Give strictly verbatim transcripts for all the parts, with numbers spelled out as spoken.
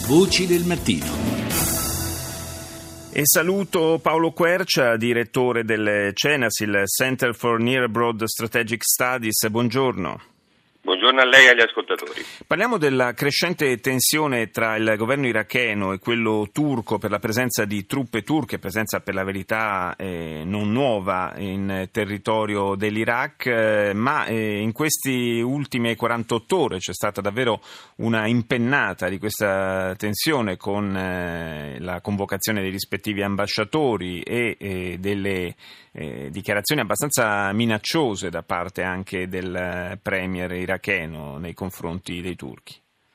Voci del mattino. E saluto Paolo Quercia, direttore del CENAS, il Center for Near Abroad Strategic Studies. Buongiorno. Buongiorno a lei e agli ascoltatori. Parliamo della crescente tensione tra il governo iracheno e quello turco per la presenza di truppe turche, presenza per la verità eh, non nuova in territorio dell'Iraq, eh, ma eh, in queste ultime quarantotto ore c'è stata davvero una impennata di questa tensione con eh, la convocazione dei rispettivi ambasciatori e eh, delle eh, dichiarazioni abbastanza minacciose da parte anche del premier iracheno nei confronti dei turchi.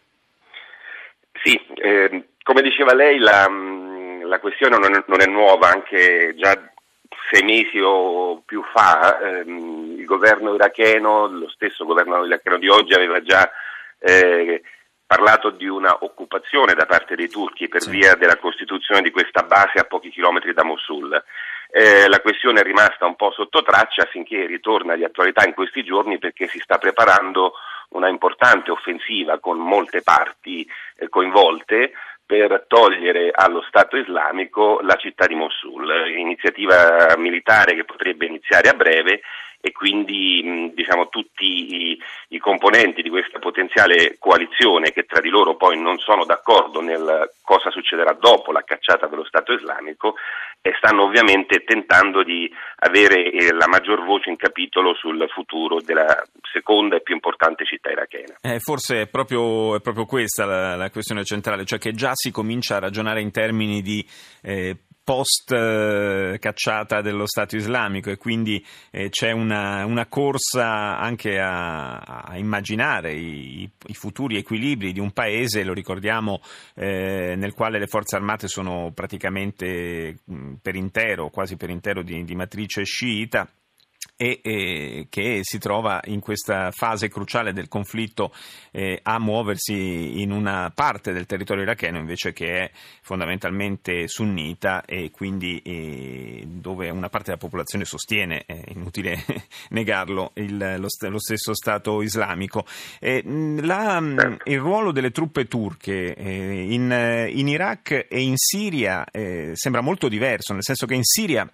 Sì, eh, come diceva lei, la, la questione non è, non è nuova, anche già sei mesi o più fa ehm, il governo iracheno, lo stesso governo iracheno di oggi, aveva già eh, parlato di una occupazione da parte dei turchi per sì. via della costituzione di questa base a pochi chilometri da Mosul. Eh, la questione è rimasta un po' sotto traccia finché ritorna di attualità in questi giorni, perché si sta preparando una importante offensiva con molte parti eh, coinvolte per togliere allo Stato islamico la città di Mosul, iniziativa militare che potrebbe iniziare a breve e quindi diciamo tutti i, i componenti di questa potenziale coalizione, che tra di loro poi non sono d'accordo nel cosa succederà dopo la cacciata dello Stato islamico, e stanno ovviamente tentando di avere eh, la maggior voce in capitolo sul futuro della seconda e più importante città irachena. Eh, forse è proprio, è proprio questa la, la questione centrale, cioè che già si comincia a ragionare in termini di eh, post eh, cacciata dello Stato islamico, e quindi eh, c'è una, una corsa anche a, a immaginare i, i futuri equilibri di un paese, lo ricordiamo, eh, nel quale le forze armate sono praticamente mh, per intero, quasi per intero di, di matrice sciita, e eh, che si trova in questa fase cruciale del conflitto eh, a muoversi in una parte del territorio iracheno invece che è fondamentalmente sunnita, e quindi eh, dove una parte della popolazione sostiene, è inutile negarlo, il, lo, lo stesso Stato islamico. Eh, la, il ruolo delle truppe turche eh, in, in Iraq e in Siria eh, sembra molto diverso, nel senso che in Siria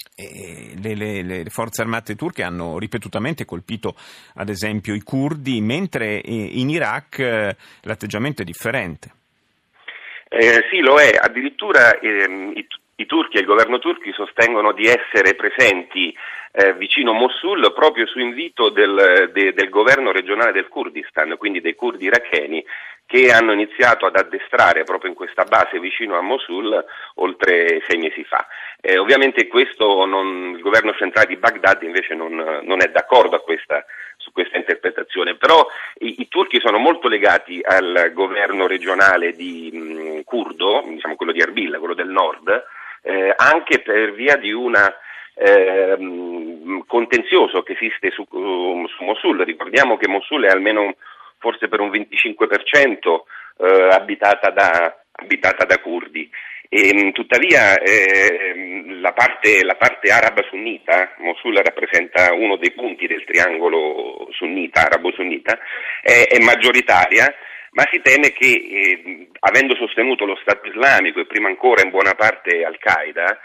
E le, le, le forze armate turche hanno ripetutamente colpito ad esempio i curdi, mentre in Iraq eh, l'atteggiamento è differente. Eh, sì, lo è. Addirittura ehm, i, i turchi e il governo turchi sostengono di essere presenti eh, vicino Mosul proprio su invito del, de, del governo regionale del Kurdistan, quindi dei curdi iracheni, che hanno iniziato ad addestrare proprio in questa base vicino a Mosul oltre sei mesi fa. Eh, ovviamente questo non, il governo centrale di Baghdad invece non, non è d'accordo a questa, su questa interpretazione, però i, i turchi sono molto legati al governo regionale di mh, curdo, diciamo quello di Erbil, quello del nord, eh, anche per via di una Eh, contenzioso che esiste su, uh, su Mosul. Ricordiamo che Mosul è almeno forse per un venticinque per cento eh, abitata da abitata da curdi, e tuttavia eh, la parte la parte araba sunnita, Mosul rappresenta uno dei punti del triangolo sunnita, arabo-sunnita, è, è maggioritaria, ma si teme che eh, avendo sostenuto lo Stato islamico e prima ancora in buona parte Al-Qaeda,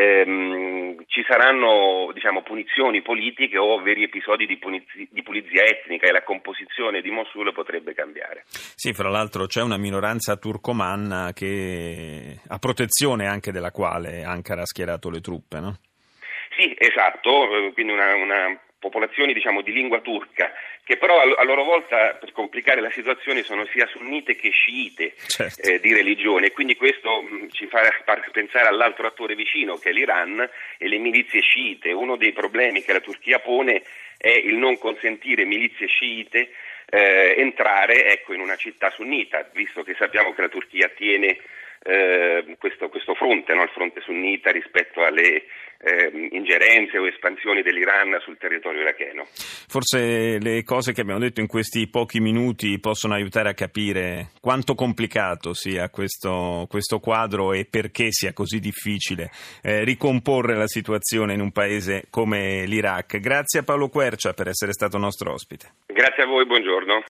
ehm, ci saranno diciamo punizioni politiche o veri episodi di, puniz- di pulizia etnica, e la composizione di Mosul potrebbe cambiare. Sì, fra l'altro c'è una minoranza turcomanna che a protezione anche della quale Ankara ha schierato le truppe, no? Sì, esatto, quindi una, una popolazioni diciamo di lingua turca, che però a loro volta, per complicare la situazione, sono sia sunnite che sciite, certo. eh, di religione, e quindi questo mh, ci fa pensare all'altro attore vicino, che è l'Iran e le milizie sciite. Uno dei problemi che la Turchia pone è il non consentire milizie sciite eh, entrare ecco, in una città sunnita, visto che sappiamo che la Turchia tiene eh, questo, questo fronte, no? Il fronte sunnita rispetto alle eh, ingerenze o espansioni dell'Iran sul territorio iracheno. Forse le cose che abbiamo detto in questi pochi minuti possono aiutare a capire quanto complicato sia questo, questo quadro e perché sia così difficile eh, ricomporre la situazione in un paese come l'Iraq. Grazie a Paolo Quercia per essere stato nostro ospite. Grazie a voi, buongiorno.